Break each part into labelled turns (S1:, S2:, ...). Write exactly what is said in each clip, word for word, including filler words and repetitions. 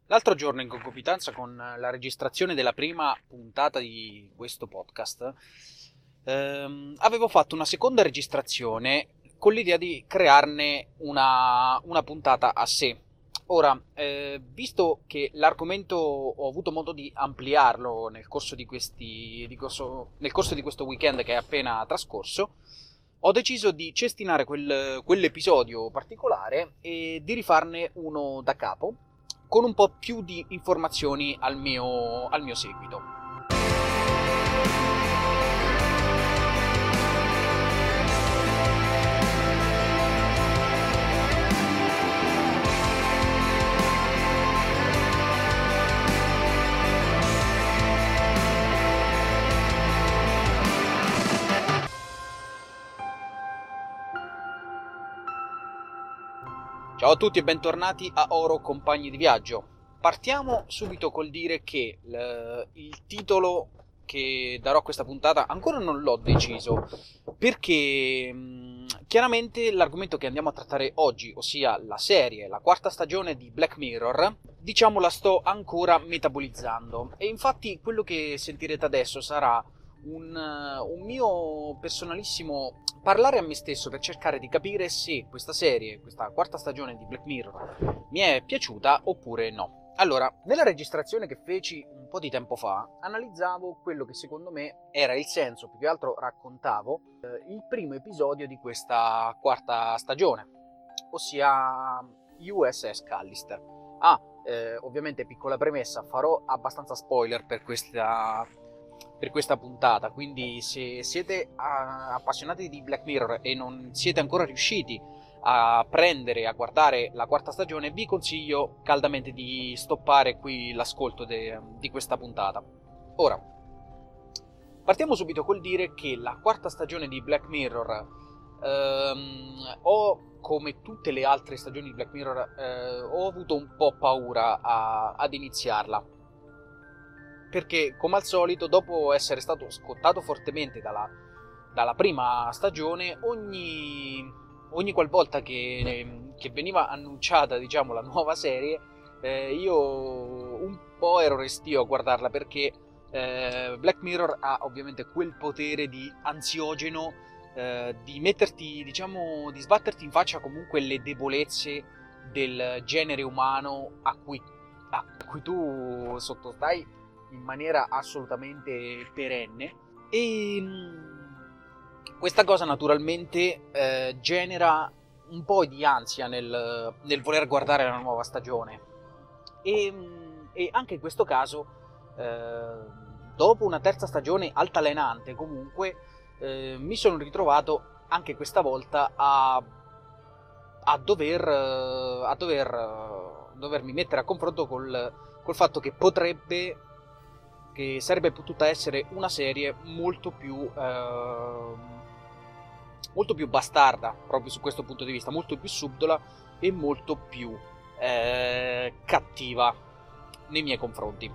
S1: L'altro giorno, in concomitanza con la registrazione della prima puntata di questo podcast, ehm, avevo fatto una seconda registrazione con l'idea di crearne una, una puntata a sé. Ora, eh, visto che l'argomento ho avuto modo di ampliarlo nel corso di questi, di corso, nel corso di questo weekend che è appena trascorso, ho deciso di cestinare quel, quell'episodio particolare e di rifarne uno da capo, con un po' più di informazioni al mio, al mio seguito. Ciao a tutti e bentornati a Oro Compagni di Viaggio. Partiamo subito col dire che l- il titolo che darò a questa puntata ancora non l'ho deciso, perché mh, chiaramente l'argomento che andiamo a trattare oggi, ossia la serie, la quarta stagione di Black Mirror, diciamo la sto ancora metabolizzando, e infatti quello che sentirete adesso sarà un, un mio personalissimo parlare a me stesso per cercare di capire se questa serie, questa quarta stagione di Black Mirror, mi è piaciuta oppure no. Allora, nella registrazione che feci un po' di tempo fa, analizzavo quello che secondo me era il senso, più che altro raccontavo, eh, il primo episodio di questa quarta stagione, ossia U S S Callister. Ah, eh, ovviamente piccola premessa, farò abbastanza spoiler per questa per questa puntata, quindi se siete uh, appassionati di Black Mirror e non siete ancora riusciti a prendere a guardare la quarta stagione, vi consiglio caldamente di stoppare qui l'ascolto de- di questa puntata. Ora, partiamo subito col dire che la quarta stagione di Black Mirror ehm, ho, come tutte le altre stagioni di Black Mirror, eh, ho avuto un po' paura a- ad iniziarla, perché come al solito, dopo essere stato scottato fortemente dalla, dalla prima stagione, ogni, ogni qualvolta che, che veniva annunciata, diciamo, la nuova serie, eh, io un po' ero restio a guardarla, perché eh, Black Mirror ha ovviamente quel potere di ansiogeno, eh, di metterti, diciamo, di sbatterti in faccia comunque le debolezze del genere umano a cui, a cui tu sottostai in maniera assolutamente perenne, e questa cosa naturalmente eh, genera un po' di ansia nel, nel voler guardare la nuova stagione, e, e anche in questo caso eh, dopo una terza stagione altalenante comunque eh, mi sono ritrovato anche questa volta a, a dover a dover dovermi mettere a confronto col, col fatto che potrebbe che sarebbe potuta essere una serie molto più eh, molto più bastarda proprio su questo punto di vista, molto più subdola e molto più eh, cattiva nei miei confronti.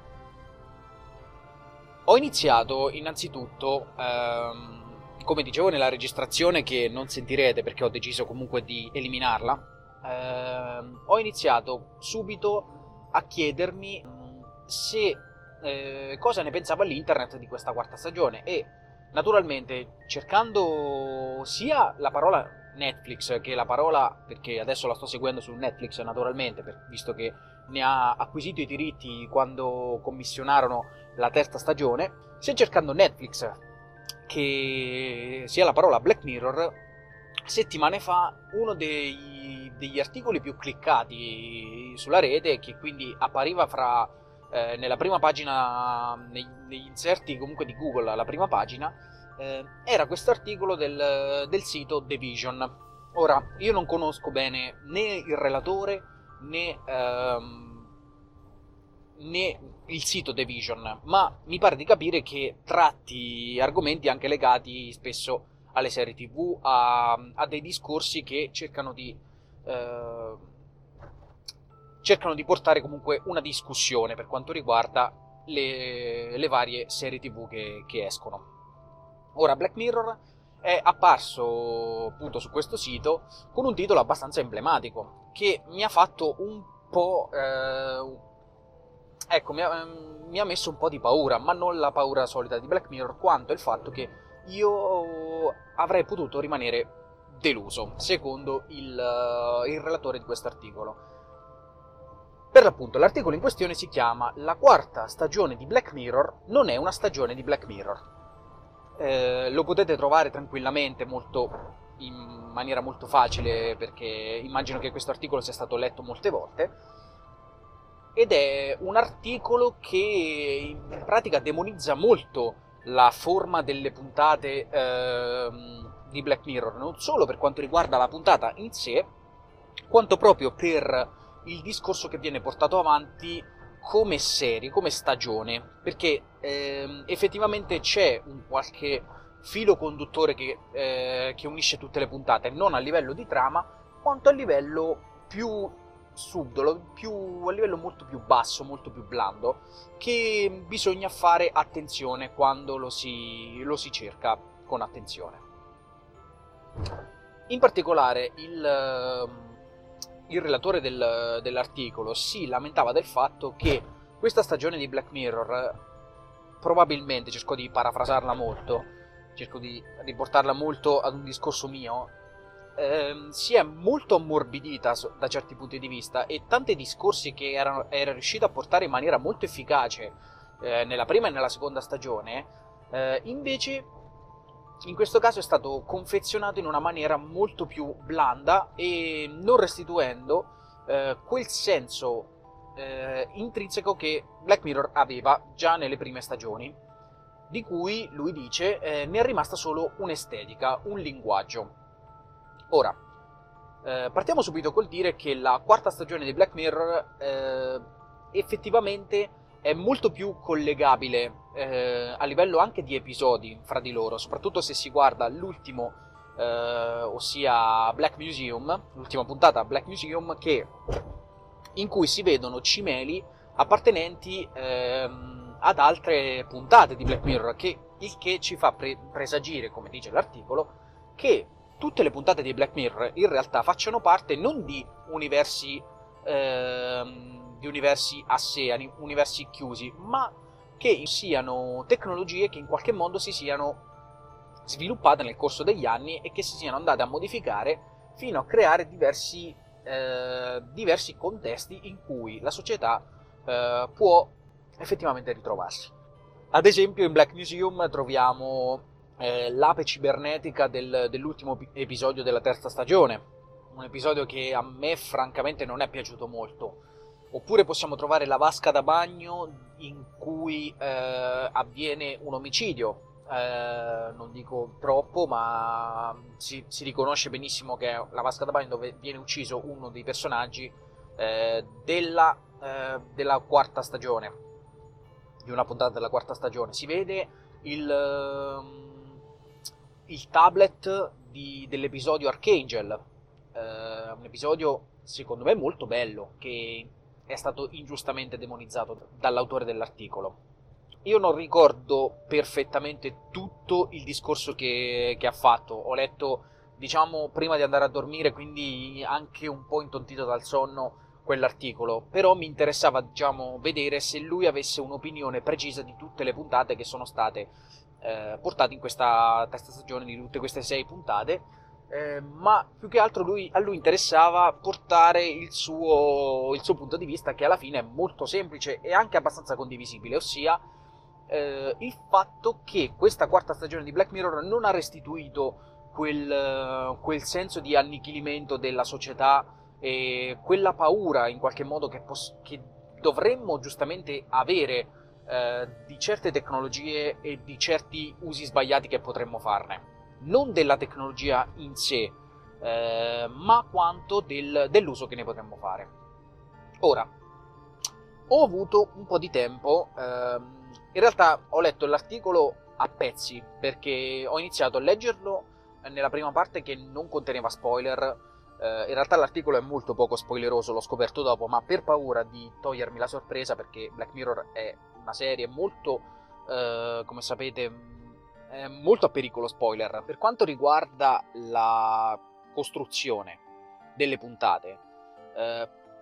S1: Ho iniziato innanzitutto, ehm, come dicevo nella registrazione, che non sentirete perché ho deciso comunque di eliminarla, ehm, ho iniziato subito a chiedermi se Eh, cosa ne pensava l'internet di questa quarta stagione, e naturalmente cercando sia la parola Netflix che la parola, perché adesso la sto seguendo su Netflix naturalmente, per, visto che ne ha acquisito i diritti quando commissionarono la terza stagione, sia cercando Netflix che sia la parola Black Mirror, settimane fa uno dei, degli articoli più cliccati sulla rete, che quindi appariva fra Eh, nella prima pagina, nei, negli inserti comunque di Google alla prima pagina, eh, era questo articolo del, del sito The Vision. Ora, io non conosco bene né il relatore né, ehm, né il sito The Vision, ma mi pare di capire che tratti argomenti anche legati spesso alle serie tv, a, a dei discorsi che cercano di eh, cercano di portare comunque una discussione per quanto riguarda le, le varie serie tv che, che escono. Ora, Black Mirror è apparso appunto su questo sito con un titolo abbastanza emblematico, che mi ha fatto un po' eh, ecco, mi ha, mi ha messo un po' di paura, ma non la paura solita di Black Mirror, quanto il fatto che io avrei potuto rimanere deluso, secondo il, uh, il relatore di questo articolo. Per l'appunto, l'articolo in questione si chiama "La quarta stagione di Black Mirror non è una stagione di Black Mirror". Eh, lo potete trovare tranquillamente, molto, in maniera molto facile, perché immagino che questo articolo sia stato letto molte volte, ed è un articolo che in pratica demonizza molto la forma delle puntate ehm, di Black Mirror, non solo per quanto riguarda la puntata in sé, quanto proprio per il discorso che viene portato avanti come serie, come stagione, perché ehm, effettivamente c'è un qualche filo conduttore che, eh, che unisce tutte le puntate, non a livello di trama, quanto a livello più subdolo, più, a livello molto più basso, molto più blando, che bisogna fare attenzione quando lo si, lo si cerca con attenzione. In particolare il, il relatore del, dell'articolo si lamentava del fatto che questa stagione di Black Mirror, probabilmente, cerco di parafrasarla molto, cerco di riportarla molto ad un discorso mio, ehm, si è molto ammorbidita da certi punti di vista, e tanti discorsi che erano, era riuscito a portare in maniera molto efficace eh, nella prima e nella seconda stagione, eh, invece in questo caso è stato confezionato in una maniera molto più blanda e non restituendo eh, quel senso eh, intrinseco che Black Mirror aveva già nelle prime stagioni, di cui lui dice eh, ne è rimasta solo un'estetica, un linguaggio. Ora, eh, partiamo subito col dire che la quarta stagione di Black Mirror eh, effettivamente è molto più collegabile eh, a livello anche di episodi fra di loro, soprattutto se si guarda l'ultimo, eh, ossia Black Museum, l'ultima puntata Black Museum, che, in cui si vedono cimeli appartenenti ehm, ad altre puntate di Black Mirror, che, il che ci fa pre- presagire, come dice l'articolo, che tutte le puntate di Black Mirror in realtà facciano parte non di universi ehm, di universi a sé, universi chiusi, ma che siano tecnologie che in qualche modo si siano sviluppate nel corso degli anni e che si siano andate a modificare fino a creare diversi, eh, diversi contesti in cui la società eh, può effettivamente ritrovarsi. Ad esempio in Black Museum troviamo eh, l'ape cibernetica del, dell'ultimo episodio della terza stagione, un episodio che a me francamente non è piaciuto molto. Oppure possiamo trovare la vasca da bagno in cui eh, avviene un omicidio, eh, non dico troppo, ma si, si riconosce benissimo che è la vasca da bagno dove viene ucciso uno dei personaggi eh, della, eh, della quarta stagione, di una puntata della quarta stagione. Si vede il, il tablet di, dell'episodio Archangel, eh, un episodio secondo me molto bello, che è stato ingiustamente demonizzato dall'autore dell'articolo. Io non ricordo perfettamente tutto il discorso che, che ha fatto, ho letto, diciamo, prima di andare a dormire, quindi anche un po' intontito dal sonno quell'articolo, però mi interessava, diciamo, vedere se lui avesse un'opinione precisa di tutte le puntate che sono state eh, portate in questa terza stagione, di tutte queste sei puntate. Eh, ma più che altro lui, a lui interessava portare il suo, il suo punto di vista, che alla fine è molto semplice e anche abbastanza condivisibile, ossia eh, il fatto che questa quarta stagione di Black Mirror non ha restituito quel, quel senso di annichilimento della società e quella paura in qualche modo che, pos- che dovremmo giustamente avere eh, di certe tecnologie e di certi usi sbagliati che potremmo farne. Non della tecnologia in sé, eh, ma quanto del, dell'uso che ne potremmo fare. Ora, ho avuto un po' di tempo, ehm, in realtà ho letto l'articolo a pezzi, perché ho iniziato a leggerlo nella prima parte che non conteneva spoiler. Eh, in realtà l'articolo è molto poco spoileroso, l'ho scoperto dopo, ma per paura di togliermi la sorpresa, perché Black Mirror è una serie molto, eh, come sapete, è molto a pericolo spoiler. Per quanto riguarda la costruzione delle puntate, eh,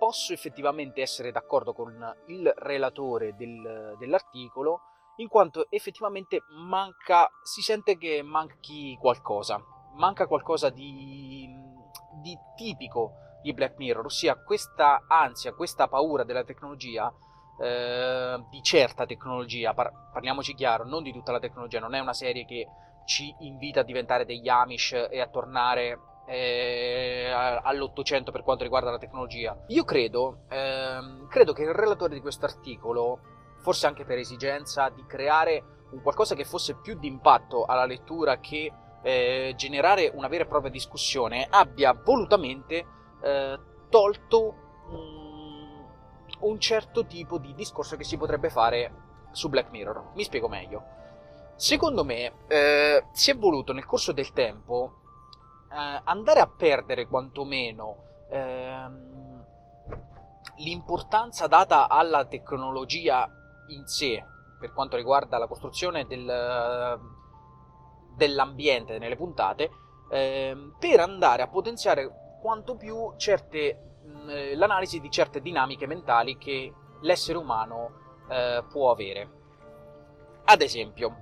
S1: posso effettivamente essere d'accordo con il relatore del, dell'articolo, in quanto effettivamente manca, si sente che manchi qualcosa, manca qualcosa di, di tipico di Black Mirror, ossia questa ansia, questa paura della tecnologia, eh, di certa tecnologia, par- parliamoci chiaro, non di tutta la tecnologia, non è una serie che ci invita a diventare degli Amish e a tornare eh, all'Ottocento per quanto riguarda la tecnologia. Io credo, ehm, credo che il relatore di questo articolo, forse anche per esigenza di creare un qualcosa che fosse più di impatto alla lettura che eh, generare una vera e propria discussione, abbia volutamente eh, tolto um, un certo tipo di discorso che si potrebbe fare su Black Mirror. Mi spiego meglio. Secondo me eh, si è voluto nel corso del tempo eh, andare a perdere quantomeno ehm, l'importanza data alla tecnologia in sé per quanto riguarda la costruzione del, dell'ambiente nelle puntate, ehm, per andare a potenziare quanto più certe, mh, l'analisi di certe dinamiche mentali che l'essere umano eh, può avere. Ad esempio,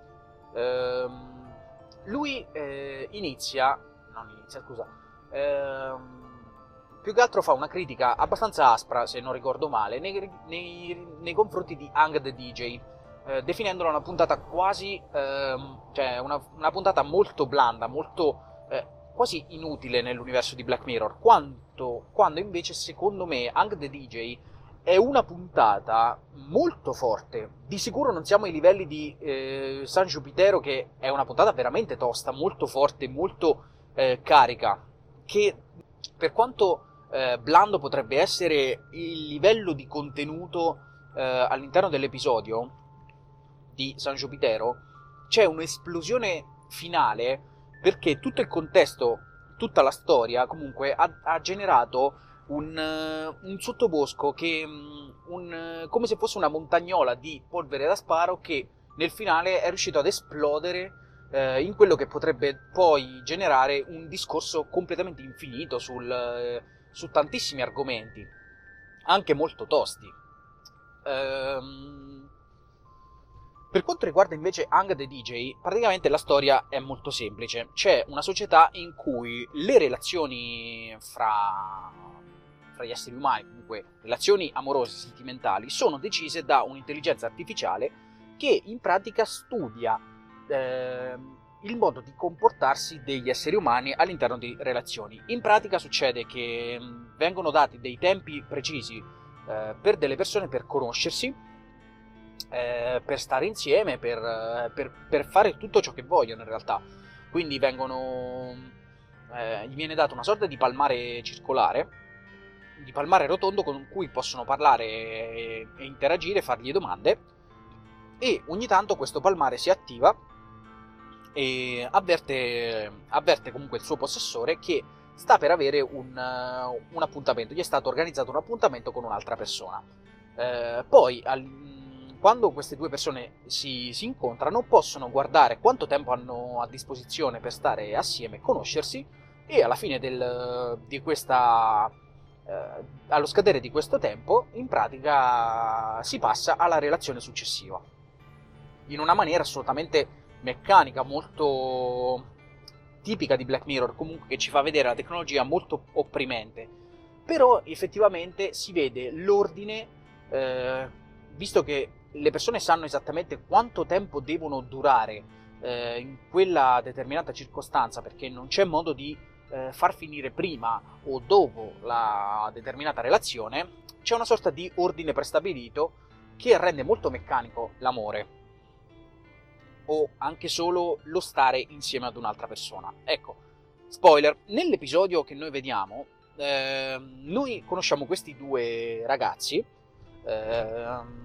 S1: ehm, lui eh, inizia, non inizia, scusa, ehm, più che altro fa una critica abbastanza aspra, se non ricordo male, nei, nei, nei confronti di Hang the D J, eh, definendola una puntata quasi, ehm, cioè una, una puntata molto blanda, molto eh, quasi inutile nell'universo di Black Mirror, quanto, quando invece secondo me Hang the D J è una puntata molto forte. Di sicuro non siamo ai livelli di eh, San Giupitero, che è una puntata veramente tosta, molto forte, molto eh, carica, che per quanto eh, blando potrebbe essere il livello di contenuto eh, all'interno dell'episodio di San Giupitero, c'è un'esplosione finale perché tutto il contesto, tutta la storia comunque ha, ha generato un, uh, un sottobosco che um, un, uh, come se fosse una montagnola di polvere da sparo che nel finale è riuscito ad esplodere uh, in quello che potrebbe poi generare un discorso completamente infinito sul, uh, su tantissimi argomenti, anche molto tosti. Ehm... Per quanto riguarda invece Hang the D J, praticamente la storia è molto semplice. C'è una società in cui le relazioni fra, fra gli esseri umani, comunque relazioni amorose, sentimentali, sono decise da un'intelligenza artificiale che in pratica studia eh, il modo di comportarsi degli esseri umani all'interno di relazioni. In pratica succede che mh, vengono dati dei tempi precisi eh, per delle persone per conoscersi, Eh, per stare insieme, per, per, per fare tutto ciò che vogliono in realtà. Quindi vengono eh, gli viene dato una sorta di palmare circolare, di palmare rotondo con cui possono parlare e, e interagire, fargli domande, e ogni tanto questo palmare si attiva e avverte, avverte comunque il suo possessore che sta per avere un, un appuntamento, gli è stato organizzato un appuntamento con un'altra persona. Eh, poi al, quando queste due persone si, si incontrano, possono guardare quanto tempo hanno a disposizione per stare assieme e conoscersi, e alla fine del, di questa, eh, allo scadere di questo tempo, in pratica si passa alla relazione successiva, in una maniera assolutamente meccanica, molto tipica di Black Mirror, comunque, che ci fa vedere la tecnologia molto opprimente. Però effettivamente si vede l'ordine, eh, visto che le persone sanno esattamente quanto tempo devono durare eh, in quella determinata circostanza, perché non c'è modo di eh, far finire prima o dopo la determinata relazione, c'è una sorta di ordine prestabilito che rende molto meccanico l'amore, o anche solo lo stare insieme ad un'altra persona. Ecco, spoiler, nell'episodio che noi vediamo, eh, noi conosciamo questi due ragazzi, eh,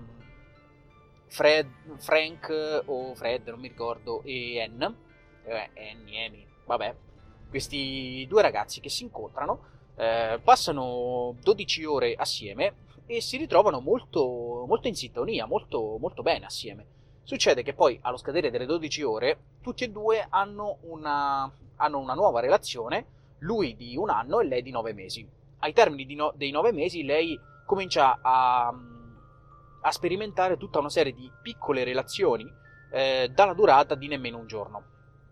S1: Fred, Frank o Fred, non mi ricordo, e Ann, eh, Annie, Amy, vabbè, questi due ragazzi che si incontrano, eh, passano dodici ore assieme e si ritrovano molto, molto in sintonia, molto, molto bene assieme. Succede che poi, allo scadere delle dodici ore, tutti e due hanno una, hanno una nuova relazione, lui di un anno e lei di nove mesi. ai termini di no, dei nove mesi lei comincia a, a sperimentare tutta una serie di piccole relazioni eh, dalla durata di nemmeno un giorno.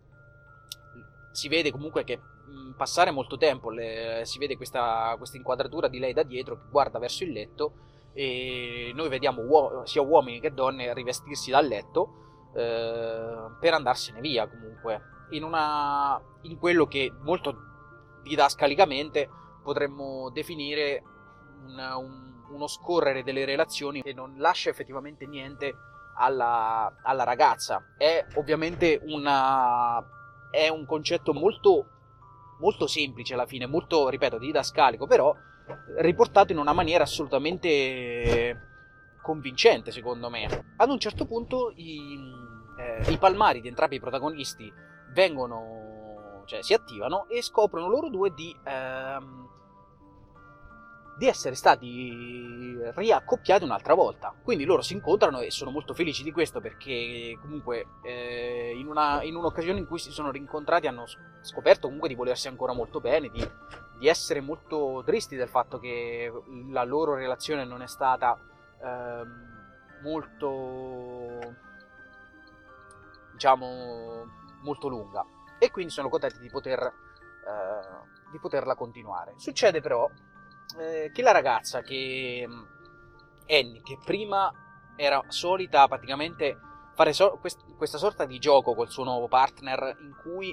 S1: Si vede comunque che mh, passare molto tempo, le, si vede questa, questa inquadratura di lei da dietro che guarda verso il letto, e noi vediamo uo- sia uomini che donne rivestirsi dal letto eh, per andarsene via, comunque in, una, in quello che molto didascalicamente potremmo definire un, un, uno scorrere delle relazioni che non lascia effettivamente niente alla, alla ragazza. È ovviamente una, è un concetto molto, molto semplice alla fine, molto, ripeto, didascalico, però riportato in una maniera assolutamente convincente, secondo me. Ad un certo punto i, eh, i palmari di entrambi i protagonisti vengono, cioè si attivano e scoprono loro due di, ehm, di essere stati riaccoppiati un'altra volta. Quindi loro si incontrano e sono molto felici di questo, perché comunque eh, in, una, in un'occasione in cui si sono rincontrati hanno scoperto comunque di volersi ancora molto bene, di, di essere molto tristi del fatto che la loro relazione non è stata ehm, molto, diciamo, molto lunga, e quindi sono contenti di poter eh, di poterla continuare. Succede però eh, che la ragazza, che Annie, che prima era solita praticamente fare so- quest- questa sorta di gioco col suo nuovo partner, in cui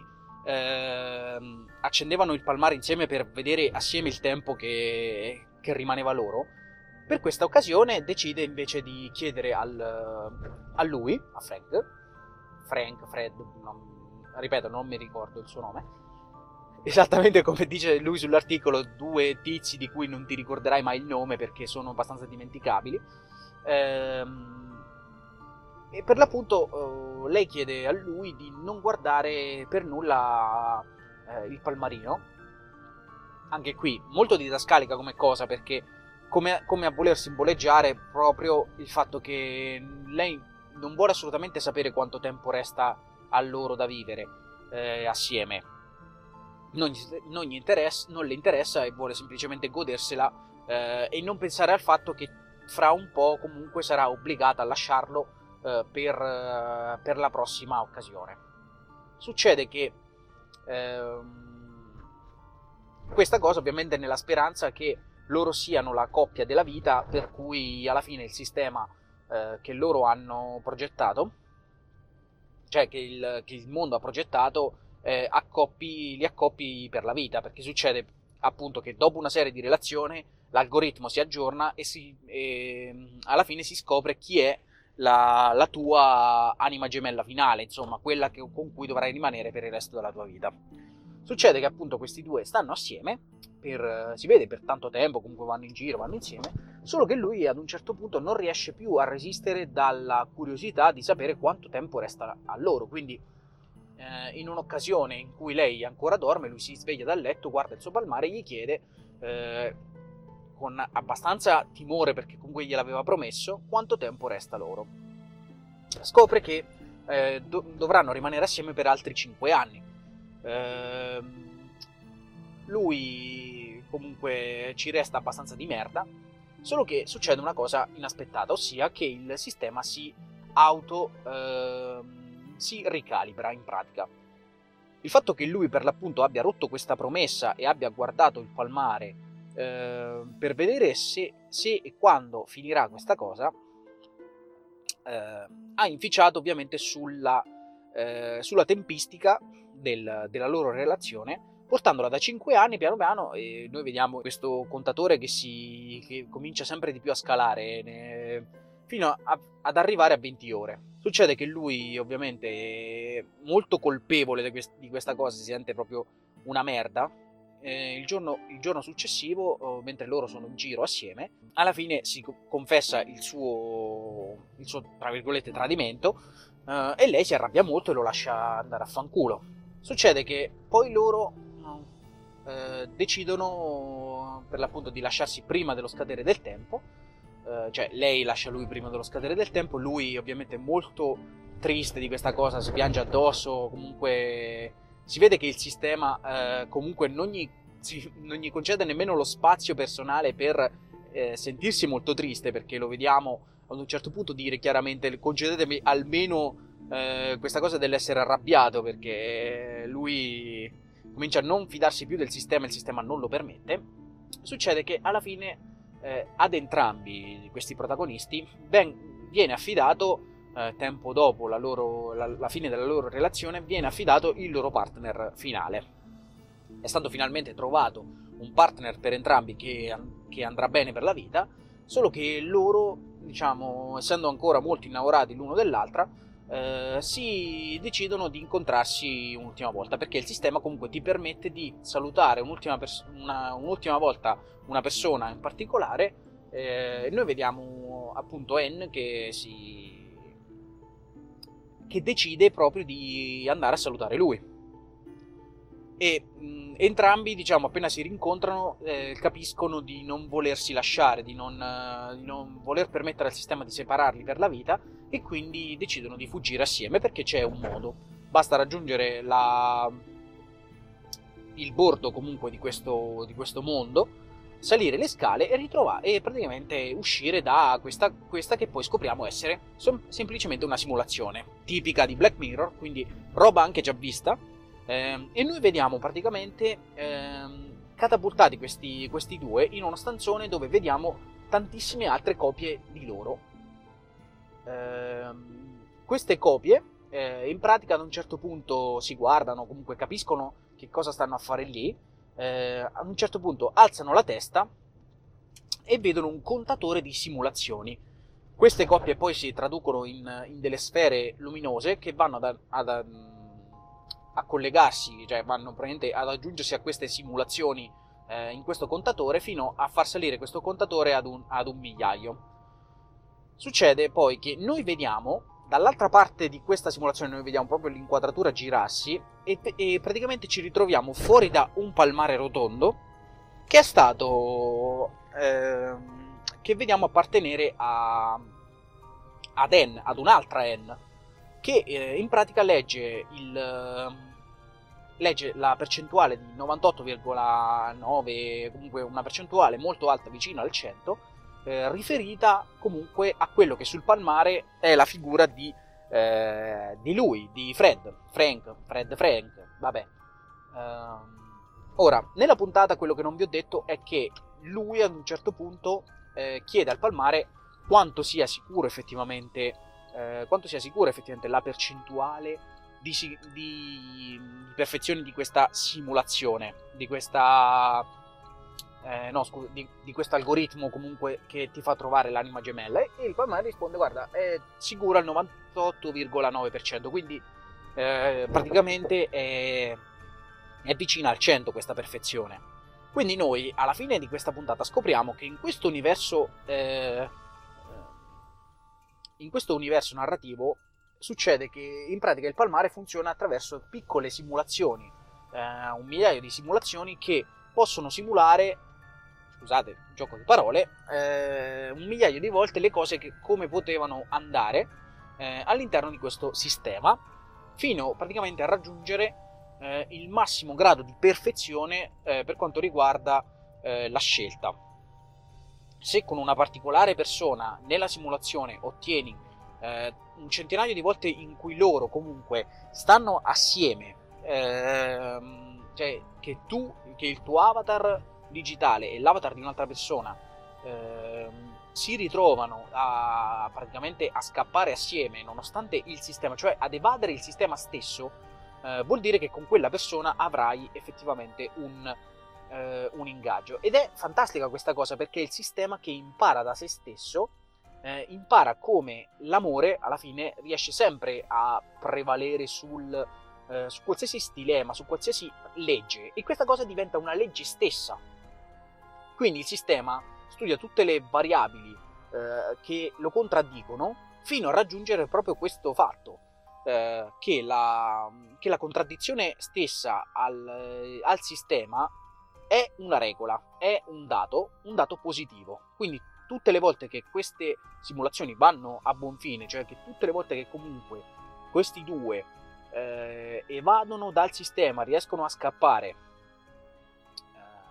S1: ehm, accendevano il palmare insieme per vedere assieme il tempo che, che rimaneva loro, per questa occasione decide invece di chiedere al, a lui, a Frank, Frank, Fred, non, ripeto, non mi ricordo il suo nome, esattamente come dice lui sull'articolo, due tizi di cui non ti ricorderai mai il nome perché sono abbastanza dimenticabili. Ehm, e per l'appunto eh, lei chiede a lui di non guardare per nulla eh, il palmarino. Anche qui molto didascalica come cosa, perché come, come a voler simboleggiare proprio il fatto che lei non vuole assolutamente sapere quanto tempo resta a loro da vivere eh, assieme. Non, gli, non, gli interessa, non le interessa e vuole semplicemente godersela eh, e non pensare al fatto che fra un po' comunque sarà obbligata a lasciarlo eh, per, eh, per la prossima occasione. Succede che eh, questa cosa ovviamente nella speranza che loro siano la coppia della vita, per cui alla fine il sistema eh, che loro hanno progettato, cioè che il, che il mondo ha progettato, eh, accoppi, li accoppi per la vita, perché succede appunto che dopo una serie di relazioni l'algoritmo si aggiorna e, si, e alla fine si scopre chi è la, la tua anima gemella finale, insomma quella che, con cui dovrai rimanere per il resto della tua vita. Succede che appunto questi due stanno assieme, per, si vede per tanto tempo, comunque vanno in giro, vanno insieme, solo che lui ad un certo punto non riesce più a resistere dalla curiosità di sapere quanto tempo resta a loro, quindi eh, in un'occasione in cui lei ancora dorme, lui si sveglia dal letto, guarda il suo palmare e gli chiede, eh, con abbastanza timore perché comunque gliel'aveva promesso, quanto tempo resta loro. Scopre che eh, do- dovranno rimanere assieme per altri cinque anni. Eh, lui comunque ci resta abbastanza di merda, solo che succede una cosa inaspettata, ossia che il sistema si auto eh, si ricalibra in pratica. Il fatto che lui per l'appunto abbia rotto questa promessa e abbia guardato il palmare eh, per vedere se, se e quando finirà questa cosa eh, ha inficiato ovviamente sulla, eh, sulla tempistica del, della loro relazione, portandola da cinque anni piano piano, e noi vediamo questo contatore che, si, che comincia sempre di più a scalare ne, fino a, ad arrivare a venti ore. Succede che lui ovviamente è molto colpevole di, quest, di questa cosa, si sente proprio una merda. Eh, il, giorno, il giorno successivo, mentre loro sono in giro assieme, alla fine si confessa il suo, il suo tra virgolette tradimento, eh, e lei si arrabbia molto e lo lascia andare a fanculo. Succede che poi loro eh, decidono per l'appunto di lasciarsi prima dello scadere del tempo, eh, cioè lei lascia lui prima dello scadere del tempo, lui ovviamente è molto triste di questa cosa, si piange addosso, comunque si vede che il sistema eh, comunque non gli si, non gli concede nemmeno lo spazio personale per eh, sentirsi molto triste, perché lo vediamo ad un certo punto dire chiaramente concedetemi almeno eh, questa cosa dell'essere arrabbiato, perché lui comincia a non fidarsi più del sistema, il sistema non lo permette. Succede che alla fine eh, ad entrambi questi protagonisti ben, viene affidato, eh, tempo dopo la, loro, la, la fine della loro relazione, viene affidato il loro partner finale. È stato finalmente trovato un partner per entrambi che, che andrà bene per la vita, solo che loro, diciamo, essendo ancora molto innamorati l'uno dell'altra, eh, si decidono di incontrarsi un'ultima volta, perché il sistema comunque ti permette di salutare un'ultima, pers- una, un'ultima volta una persona in particolare. Eh, noi vediamo appunto Anne che si che decide proprio di andare a salutare lui, e mh, entrambi, diciamo, appena si rincontrano eh, capiscono di non volersi lasciare, di non, uh, di non voler permettere al sistema di separarli per la vita, e quindi decidono di fuggire assieme, perché c'è un modo: basta raggiungere la... il bordo comunque di questo, di questo mondo, salire le scale e ritrovare e praticamente uscire da questa, questa che poi scopriamo essere sem- semplicemente una simulazione tipica di Black Mirror, quindi roba anche già vista. Eh, e noi vediamo praticamente ehm, catapultati questi, questi due in una stanzone dove vediamo tantissime altre copie di loro. Eh, queste copie eh, in pratica ad un certo punto si guardano, comunque capiscono che cosa stanno a fare lì. Eh, ad un certo punto alzano la testa e vedono un contatore di simulazioni. Queste coppie poi si traducono in, in delle sfere luminose che vanno ad, ad a collegarsi, cioè vanno praticamente ad aggiungersi a queste simulazioni eh, in questo contatore, fino a far salire questo contatore ad un, ad un migliaio. Succede poi che noi vediamo dall'altra parte di questa simulazione, noi vediamo proprio l'inquadratura girarsi, e, e praticamente ci ritroviamo fuori da un palmare rotondo che è stato eh, che vediamo appartenere a ad Anne, ad un'altra Anne, che eh, in pratica legge il legge la percentuale di novantotto virgola nove, comunque una percentuale molto alta, vicino al cento, eh, riferita comunque a quello che sul palmare è la figura di, eh, di lui, di Fred, Frank, Fred Frank, vabbè. Um, ora, nella puntata quello che non vi ho detto è che lui ad un certo punto eh, chiede al palmare quanto sia sicuro effettivamente eh, quanto sia sicura effettivamente la percentuale di, di, di perfezione di questa simulazione, di questa eh, no scusa, di, di questo algoritmo comunque che ti fa trovare l'anima gemella, e il palmare risponde: guarda, è sicura al novantotto virgola nove per cento, quindi eh, praticamente è, è vicina al cento questa perfezione. Quindi noi alla fine di questa puntata scopriamo che in questo universo eh, in questo universo narrativo succede che in pratica il palmare funziona attraverso piccole simulazioni, eh, un migliaio di simulazioni che possono simulare, scusate, gioco di parole, eh, un migliaio di volte le cose che come potevano andare eh, all'interno di questo sistema, fino praticamente a raggiungere eh, il massimo grado di perfezione eh, per quanto riguarda eh, la scelta. Se con una particolare persona nella simulazione ottieni eh, un centinaio di volte in cui loro comunque stanno assieme, ehm, cioè che tu, che il tuo avatar digitale e l'avatar di un'altra persona ehm, si ritrovano a, praticamente a scappare assieme nonostante il sistema, cioè ad evadere il sistema stesso, eh, vuol dire che con quella persona avrai effettivamente un Uh, un ingaggio. Ed è fantastica questa cosa, perché è il sistema che impara da se stesso, eh, impara come l'amore alla fine riesce sempre a prevalere sul, eh, su qualsiasi stilema, su qualsiasi legge, e questa cosa diventa una legge stessa. Quindi il sistema studia tutte le variabili eh, che lo contraddicono fino a raggiungere proprio questo fatto, eh, che, la, che la contraddizione stessa al, al sistema è una regola, è un dato, un dato positivo. Quindi tutte le volte che queste simulazioni vanno a buon fine, cioè che tutte le volte che comunque questi due eh, evadono dal sistema, riescono a scappare, eh,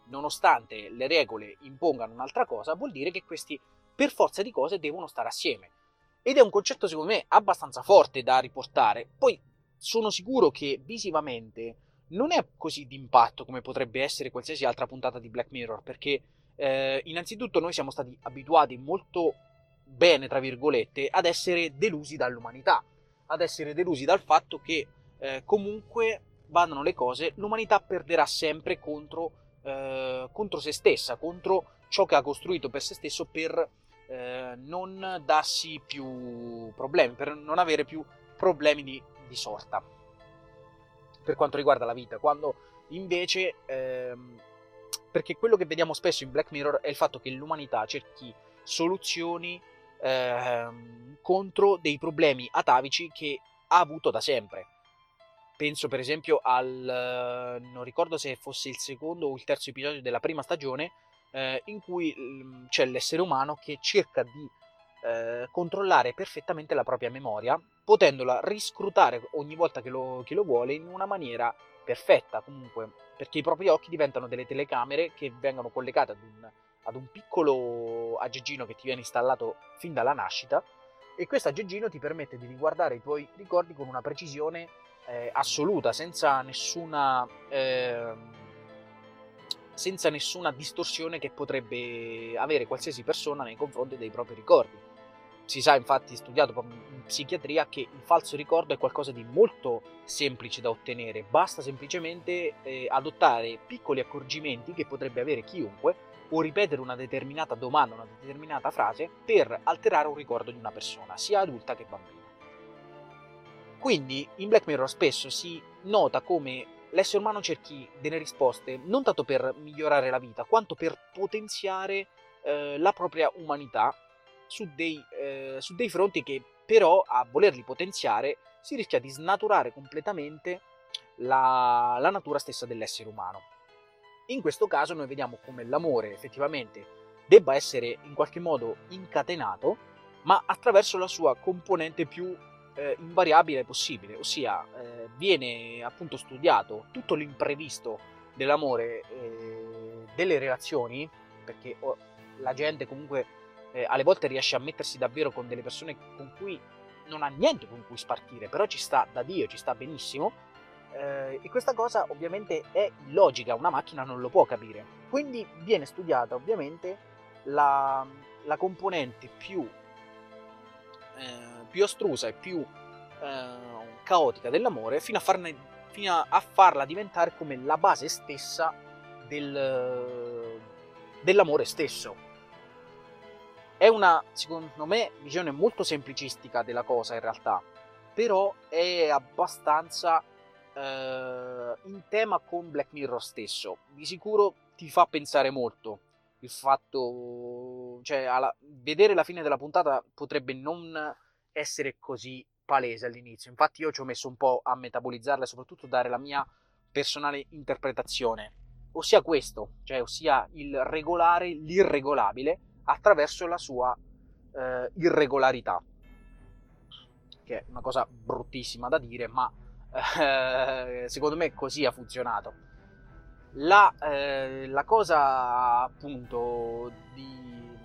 S1: nonostante le regole impongano un'altra cosa, vuol dire che questi per forza di cose devono stare assieme. Ed è un concetto secondo me abbastanza forte da riportare. Poi sono sicuro che visivamente non è così d'impatto come potrebbe essere qualsiasi altra puntata di Black Mirror, perché eh, innanzitutto noi siamo stati abituati molto bene, tra virgolette, ad essere delusi dall'umanità, ad essere delusi dal fatto che eh, comunque vadano le cose, l'umanità perderà sempre contro, eh, contro se stessa, contro ciò che ha costruito per se stesso, per eh, non darsi più problemi, per non avere più problemi di, di sorta per quanto riguarda la vita, quando invece ehm, perché quello che vediamo spesso in Black Mirror è il fatto che l'umanità cerchi soluzioni ehm, contro dei problemi atavici che ha avuto da sempre. Penso per esempio al, non ricordo se fosse il secondo o il terzo episodio della prima stagione, eh, in cui mh, c'è l'essere umano che cerca di eh, controllare perfettamente la propria memoria, potendola riscrutare ogni volta che lo, che lo vuole in una maniera perfetta, comunque, perché i propri occhi diventano delle telecamere che vengono collegate ad un, ad un piccolo aggeggino che ti viene installato fin dalla nascita, e questo aggeggino ti permette di riguardare i tuoi ricordi con una precisione eh, assoluta, senza nessuna eh, senza nessuna distorsione che potrebbe avere qualsiasi persona nei confronti dei propri ricordi. Si sa, infatti, studiato proprio in psichiatria, che il falso ricordo è qualcosa di molto semplice da ottenere, basta semplicemente eh, adottare piccoli accorgimenti che potrebbe avere chiunque, o ripetere una determinata domanda, una determinata frase, per alterare un ricordo di una persona, sia adulta che bambina. Quindi in Black Mirror spesso si nota come l'essere umano cerchi delle risposte non tanto per migliorare la vita, quanto per potenziare eh, la propria umanità su dei, eh, su dei fronti che però, a volerli potenziare, si rischia di snaturare completamente la, la natura stessa dell'essere umano. In questo caso noi vediamo come l'amore effettivamente debba essere in qualche modo incatenato, ma attraverso la sua componente più eh, invariabile possibile, ossia eh, viene appunto studiato tutto l'imprevisto dell'amore, eh, delle relazioni, perché oh, la gente comunque eh, alle volte riesce a mettersi davvero con delle persone con cui non ha niente con cui spartire, però ci sta da Dio, ci sta benissimo, eh, e questa cosa ovviamente è illogica, una macchina non lo può capire. Quindi viene studiata ovviamente la, la componente più, eh, più astrusa e più eh, caotica dell'amore, fino a, farne, fino a farla diventare come la base stessa del, dell'amore stesso. È una, secondo me, visione molto semplicistica della cosa in realtà, però è abbastanza eh, in tema con Black Mirror stesso. Di sicuro ti fa pensare molto il fatto, cioè alla, vedere la fine della puntata potrebbe non essere così palese all'inizio, infatti io ci ho messo un po' a metabolizzarla e soprattutto dare la mia personale interpretazione, ossia questo, cioè ossia il regolare l'irregolabile attraverso la sua eh, irregolarità, che è una cosa bruttissima da dire, ma eh, secondo me così ha funzionato. La, eh, la cosa appunto di,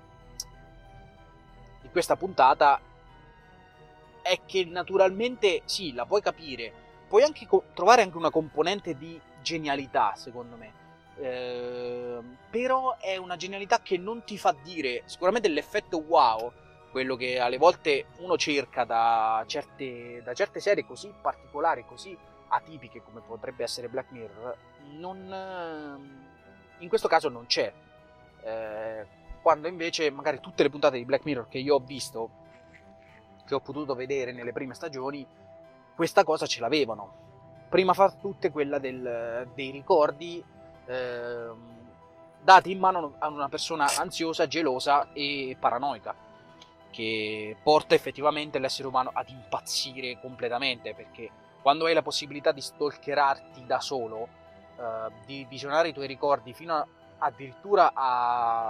S1: di questa puntata è che naturalmente sì, la puoi capire, puoi anche co- trovare anche una componente di genialità, secondo me. Eh, però è una genialità che non ti fa dire sicuramente l'effetto wow, quello che alle volte uno cerca da certe, da certe serie così particolari, così atipiche come potrebbe essere Black Mirror, non, in questo caso non c'è. Eh, quando invece magari tutte le puntate di Black Mirror che io ho visto, che ho potuto vedere nelle prime stagioni, questa cosa ce l'avevano. Prima fra tutte quella del, dei ricordi eh, dati in mano a una persona ansiosa, gelosa e paranoica, che porta effettivamente l'essere umano ad impazzire completamente, perché quando hai la possibilità di stalkerarti da solo, eh, di visionare i tuoi ricordi fino a, addirittura a,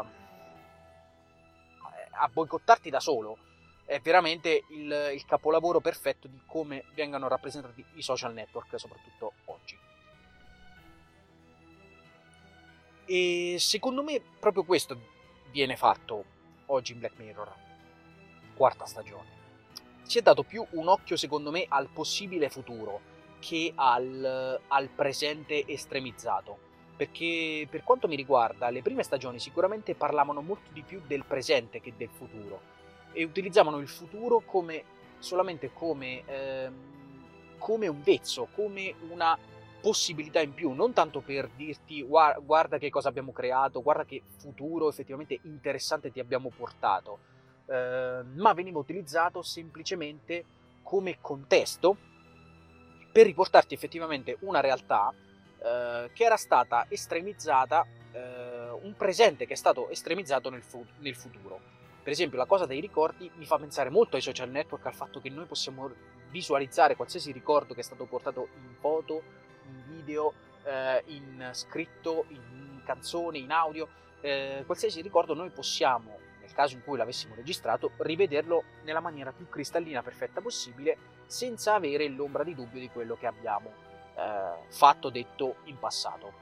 S1: a boicottarti da solo, è veramente il, il capolavoro perfetto di come vengano rappresentati i social network, soprattutto oggi. E secondo me proprio questo viene fatto oggi in Black Mirror, quarta stagione. Si è dato più un occhio, secondo me, al possibile futuro che al, al presente estremizzato. Perché per quanto mi riguarda, le prime stagioni sicuramente parlavano molto di più del presente che del futuro e utilizzavano il futuro come solamente come, ehm, come un vezzo, come una possibilità in più, non tanto per dirti guarda che cosa abbiamo creato, guarda che futuro effettivamente interessante ti abbiamo portato, eh, ma veniva utilizzato semplicemente come contesto per riportarti effettivamente una realtà eh, che era stata estremizzata, eh, un presente che è stato estremizzato nel, fu- nel futuro. Per esempio, la cosa dei ricordi mi fa pensare molto ai social network, al fatto che noi possiamo visualizzare qualsiasi ricordo che è stato portato in foto, in video, eh, in scritto, in canzone, in audio, eh, qualsiasi ricordo noi possiamo, nel caso in cui l'avessimo registrato, rivederlo nella maniera più cristallina perfetta possibile, senza avere l'ombra di dubbio di quello che abbiamo eh, fatto, detto in passato.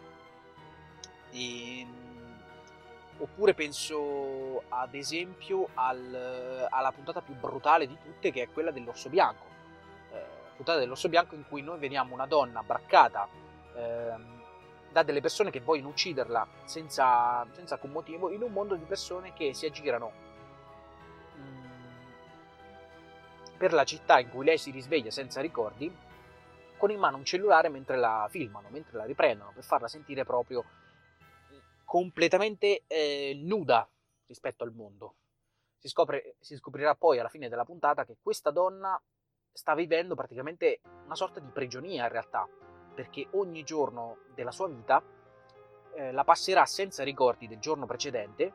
S1: E, oppure penso ad esempio al, alla puntata più brutale di tutte, che è quella dell'orso bianco. Eh, puntata dell'orso bianco in cui noi vediamo una donna braccata eh, da delle persone che vogliono ucciderla senza, senza alcun motivo, in un mondo di persone che si aggirano mh, per la città in cui lei si risveglia senza ricordi, con in mano un cellulare mentre la filmano, mentre la riprendono, per farla sentire proprio completamente eh, nuda rispetto al mondo. Si, scopre, si scoprirà poi alla fine della puntata che questa donna sta vivendo praticamente una sorta di prigionia in realtà, perché ogni giorno della sua vita eh, la passerà senza ricordi del giorno precedente,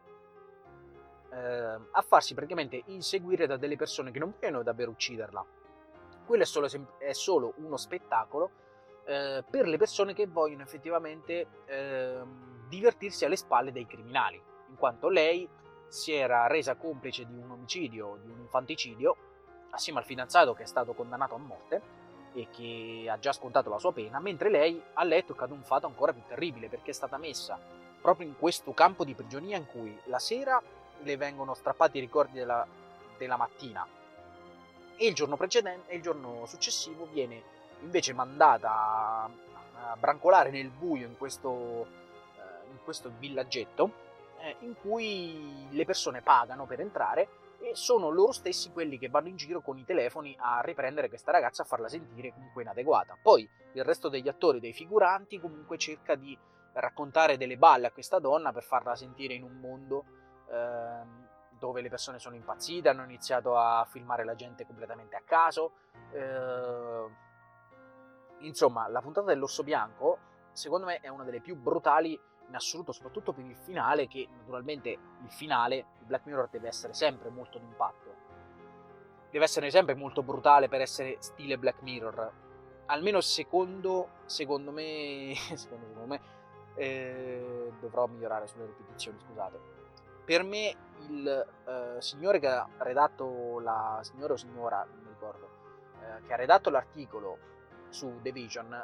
S1: eh, a farsi praticamente inseguire da delle persone che non vogliono davvero ucciderla. Quello è solo, è solo uno spettacolo eh, per le persone che vogliono effettivamente eh, divertirsi alle spalle dei criminali, in quanto lei si era resa complice di un omicidio, di un infanticidio, assieme al fidanzato che è stato condannato a morte e che ha già scontato la sua pena, mentre lei a letto è caduto un fatto ancora più terribile, perché è stata messa proprio in questo campo di prigionia in cui la sera le vengono strappati i ricordi della, della mattina e il giorno precedente e il giorno successivo viene invece mandata a, a brancolare nel buio in questo, eh, in questo villaggetto eh, in cui le persone pagano per entrare e sono loro stessi quelli che vanno in giro con i telefoni a riprendere questa ragazza, a farla sentire comunque inadeguata. Poi il resto degli attori, dei figuranti, comunque cerca di raccontare delle balle a questa donna per farla sentire in un mondo ehm, dove le persone sono impazzite, hanno iniziato a filmare la gente completamente a caso. Eh, insomma, la puntata dell'orso bianco, secondo me, è una delle più brutali in assoluto, soprattutto per il finale, che naturalmente il finale, il Black Mirror deve essere sempre molto d'impatto. Deve essere sempre molto brutale per essere stile Black Mirror. Almeno secondo, secondo me, secondo, secondo me, eh, dovrò migliorare sulle ripetizioni, scusate. Per me il eh, signore che ha redatto la signore o signora, non mi ricordo, eh, che ha redatto l'articolo su The Vision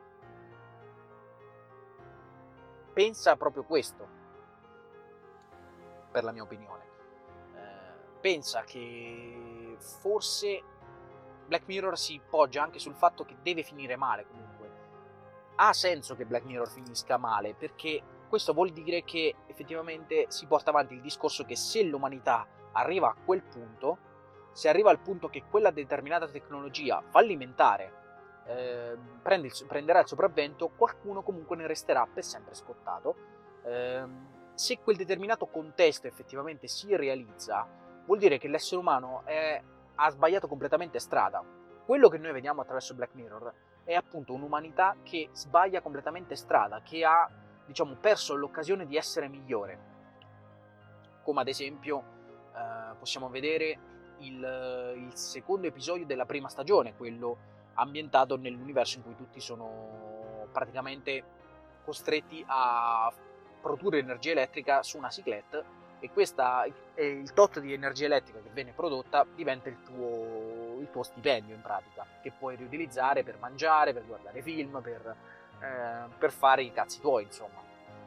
S1: pensa proprio questo, per la mia opinione. Eh, pensa che forse Black Mirror si poggia anche sul fatto che deve finire male comunque. Ha senso che Black Mirror finisca male, perché questo vuol dire che effettivamente si porta avanti il discorso che se l'umanità arriva a quel punto, se arriva al punto che quella determinata tecnologia fallimentare eh, prende il, prenderà il sopravvento, qualcuno comunque ne resterà per sempre scottato. Eh, se quel determinato contesto effettivamente si realizza, vuol dire che l'essere umano è, ha sbagliato completamente strada. Quello che noi vediamo attraverso Black Mirror è appunto un'umanità che sbaglia completamente strada, che ha, diciamo, perso l'occasione di essere migliore. Come ad esempio eh, possiamo vedere il, il secondo episodio della prima stagione, quello ambientato nell'universo in cui tutti sono praticamente costretti a produrre energia elettrica su una cyclette, e questa è il tot di energia elettrica che viene prodotta diventa il tuo, il tuo stipendio in pratica, che puoi riutilizzare per mangiare, per guardare film, per, eh, per fare i cazzi tuoi, insomma.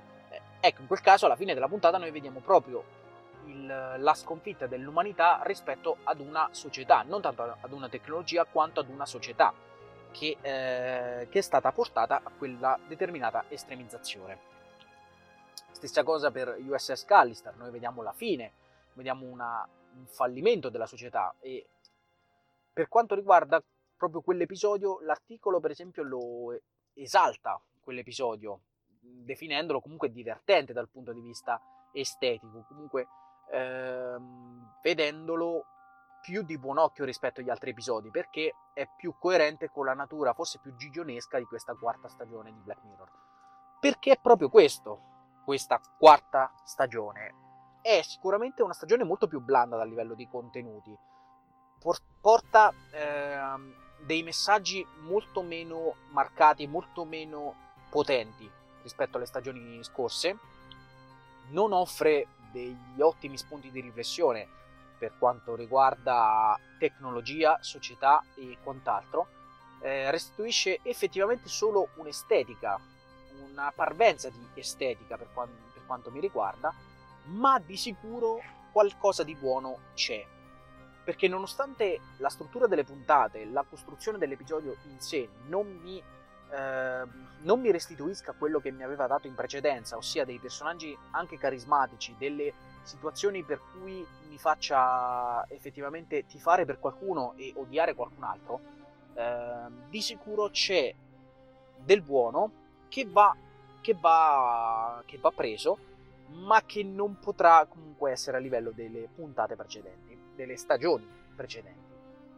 S1: Ecco, in quel caso alla fine della puntata noi vediamo proprio il, la sconfitta dell'umanità rispetto ad una società, non tanto ad una tecnologia quanto ad una società che, eh, che è stata portata a quella determinata estremizzazione. Stessa cosa per U S S Callister, noi vediamo la fine, vediamo una, un fallimento della società, e per quanto riguarda proprio quell'episodio, l'articolo per esempio lo esalta quell'episodio, definendolo comunque divertente dal punto di vista estetico, comunque ehm, vedendolo più di buon occhio rispetto agli altri episodi, perché è più coerente con la natura forse più gigionesca di questa quarta stagione di Black Mirror. Perché è proprio questo, questa quarta stagione è sicuramente una stagione molto più blanda dal livello di contenuti, porta ehm, dei messaggi molto meno marcati, molto meno potenti rispetto alle stagioni scorse, non offre degli ottimi spunti di riflessione per quanto riguarda tecnologia, società e quant'altro, eh, restituisce effettivamente solo un'estetica, una parvenza di estetica per, qua- per quanto mi riguarda, ma di sicuro qualcosa di buono c'è. Perché nonostante la struttura delle puntate, la costruzione dell'episodio in sé non mi, eh, non mi restituisca quello che mi aveva dato in precedenza, ossia dei personaggi anche carismatici, delle situazioni per cui mi faccia effettivamente tifare per qualcuno e odiare qualcun altro, eh, di sicuro c'è del buono che va, che va, che va preso, ma che non potrà comunque essere a livello delle puntate precedenti, delle stagioni precedenti.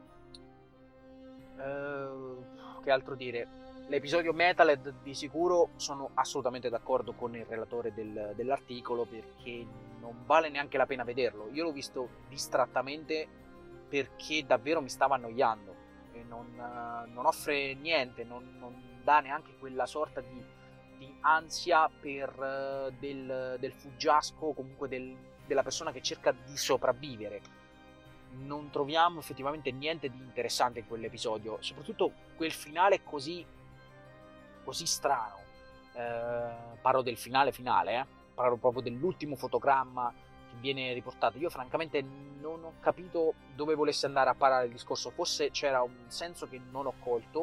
S1: Uh, che altro dire? L'episodio Metalhead di sicuro sono assolutamente d'accordo con il relatore del, dell'articolo, perché non vale neanche la pena vederlo. Io l'ho visto distrattamente perché davvero mi stava annoiando e non, uh, non offre niente, non, non dà neanche quella sorta di, di ansia per uh, del, del fuggiasco, comunque del, della persona che cerca di sopravvivere. Non troviamo effettivamente niente di interessante in quell'episodio, soprattutto quel finale così così strano. Eh, parlo del finale finale, eh? Parlo proprio dell'ultimo fotogramma che viene riportato. Io francamente non ho capito dove volesse andare a parare il discorso, forse c'era un senso che non ho colto.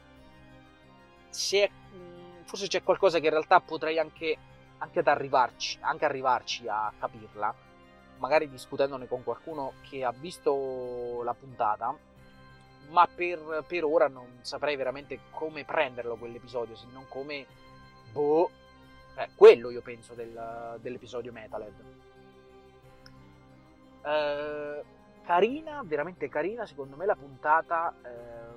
S1: Se, mh, forse c'è qualcosa che in realtà potrei anche, anche ad arrivarci, anche arrivarci a capirla, magari discutendone con qualcuno che ha visto la puntata, ma per, per ora non saprei veramente come prenderlo quell'episodio, se non come boh, eh, quello io penso del, dell'episodio Metalhead. Eh, carina, veramente carina secondo me la puntata eh,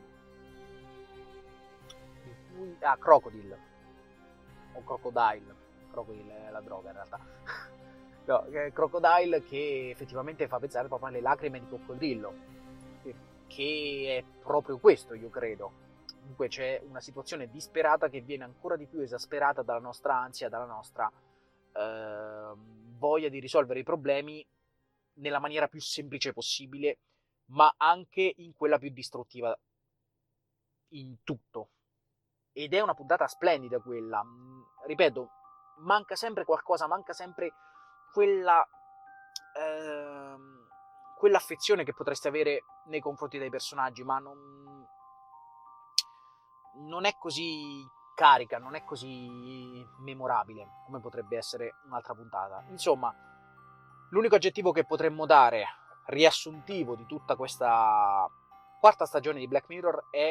S1: di cui ah, Crocodile o Crocodile Crocodile è la droga in realtà. No, Crocodile, che effettivamente fa pensare proprio alle lacrime di coccodrillo, che è proprio questo, io credo. Comunque c'è una situazione disperata che viene ancora di più esasperata dalla nostra ansia, dalla nostra eh, voglia di risolvere i problemi nella maniera più semplice possibile, ma anche in quella più distruttiva in tutto. Ed è una puntata splendida quella, ripeto, manca sempre qualcosa, manca sempre quella ehm, quell'affezione che potresti avere nei confronti dei personaggi, ma non non è così carica, non è così memorabile come potrebbe essere un'altra puntata. Insomma, l'unico aggettivo che potremmo dare riassuntivo di tutta questa quarta stagione di Black Mirror è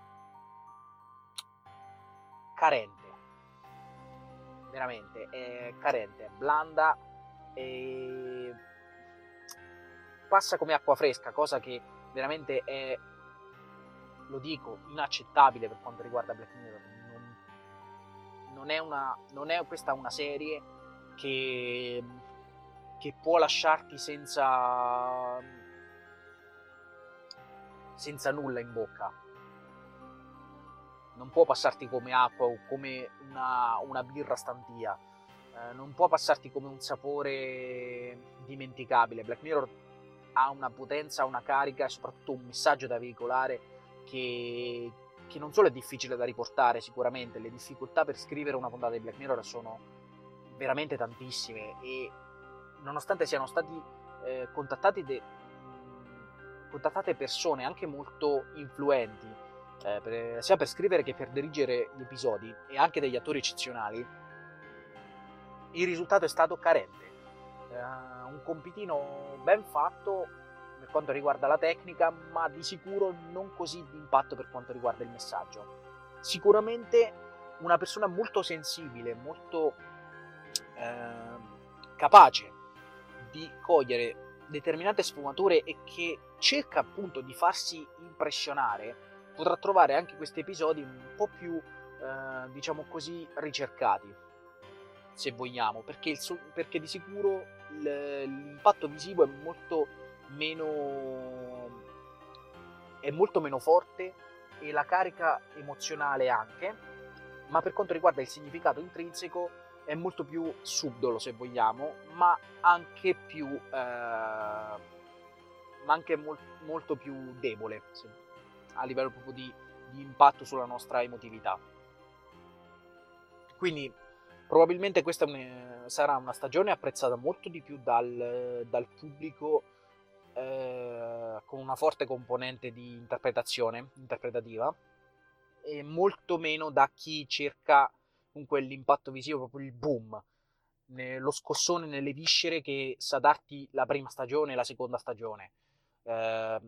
S1: carente. Veramente, è carente, è blanda e passa come acqua fresca, cosa che veramente è, lo dico, inaccettabile per quanto riguarda Black Mirror. Non, non, è, una, non è questa una serie che, che può lasciarti senza, senza nulla in bocca. Non può passarti come acqua o come una, una birra stantia. Eh, non può passarti come un sapore dimenticabile. Black Mirror ha una potenza, una carica e soprattutto un messaggio da veicolare che, che non solo è difficile da riportare sicuramente, le difficoltà per scrivere una puntata di Black Mirror sono veramente tantissime, e nonostante siano stati eh, contattati de, contattate persone anche molto influenti, eh, per, sia per scrivere che per dirigere gli episodi, e anche degli attori eccezionali, il risultato è stato carente. Eh, un compitino ben fatto per quanto riguarda la tecnica, ma di sicuro non così di impatto per quanto riguarda il messaggio. Sicuramente una persona molto sensibile, molto eh, capace di cogliere determinate sfumature e che cerca appunto di farsi impressionare, potrà trovare anche questi episodi un po' più eh, diciamo così ricercati, se vogliamo, perché, il so- perché di sicuro l- l'impatto visivo è molto meno è molto meno forte, e la carica emozionale anche, ma per quanto riguarda il significato intrinseco è molto più subdolo, se vogliamo, ma anche più eh, ma anche mol- molto più debole, se, a livello proprio di, di impatto sulla nostra emotività. Quindi probabilmente questa un, sarà una stagione apprezzata molto di più dal, dal pubblico, eh, con una forte componente di interpretazione interpretativa, e molto meno da chi cerca comunque l'impatto visivo, proprio il boom, lo scossone nelle viscere che sa darti la prima stagione e la seconda stagione. Eh,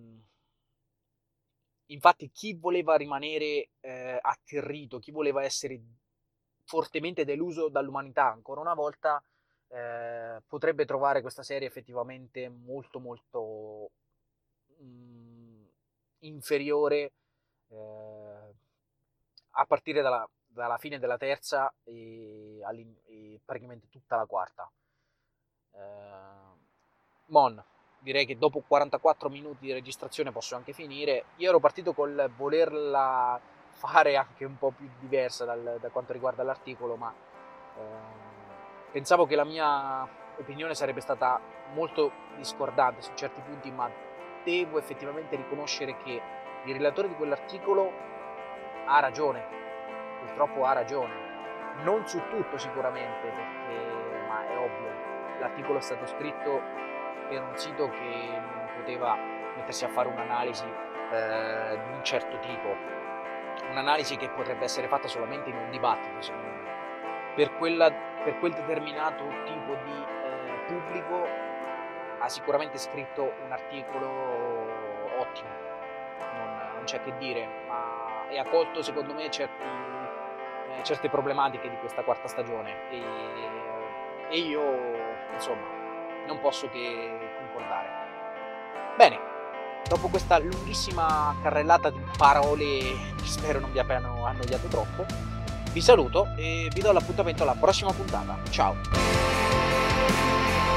S1: infatti chi voleva rimanere eh, atterrito, chi voleva essere fortemente deluso dall'umanità ancora una volta, eh, potrebbe trovare questa serie effettivamente molto molto mh, inferiore eh, a partire dalla, dalla fine della terza e, e praticamente tutta la quarta. Eh, Mon, direi che dopo quarantaquattro minuti di registrazione posso anche finire. Io ero partito col volerla fare anche un po' più diversa dal, da quanto riguarda l'articolo, ma eh, pensavo che la mia opinione sarebbe stata molto discordante su certi punti, ma devo effettivamente riconoscere che il relatore di quell'articolo ha ragione, purtroppo ha ragione. Non su tutto sicuramente, perché, ma è ovvio, l'articolo è stato scritto per un sito che non poteva mettersi a fare un'analisi eh, di un certo tipo, un'analisi che potrebbe essere fatta solamente in un dibattito, secondo me. Per, quella, per quel determinato tipo di eh, pubblico ha sicuramente scritto un articolo ottimo, non, non c'è che dire, ma e ha colto secondo me certi, eh, certe problematiche di questa quarta stagione, e, e io insomma non posso che concordare. Bene, dopo questa lunghissima carrellata di parole che spero non vi abbiano annoiato troppo, vi saluto e vi do l'appuntamento alla prossima puntata. Ciao!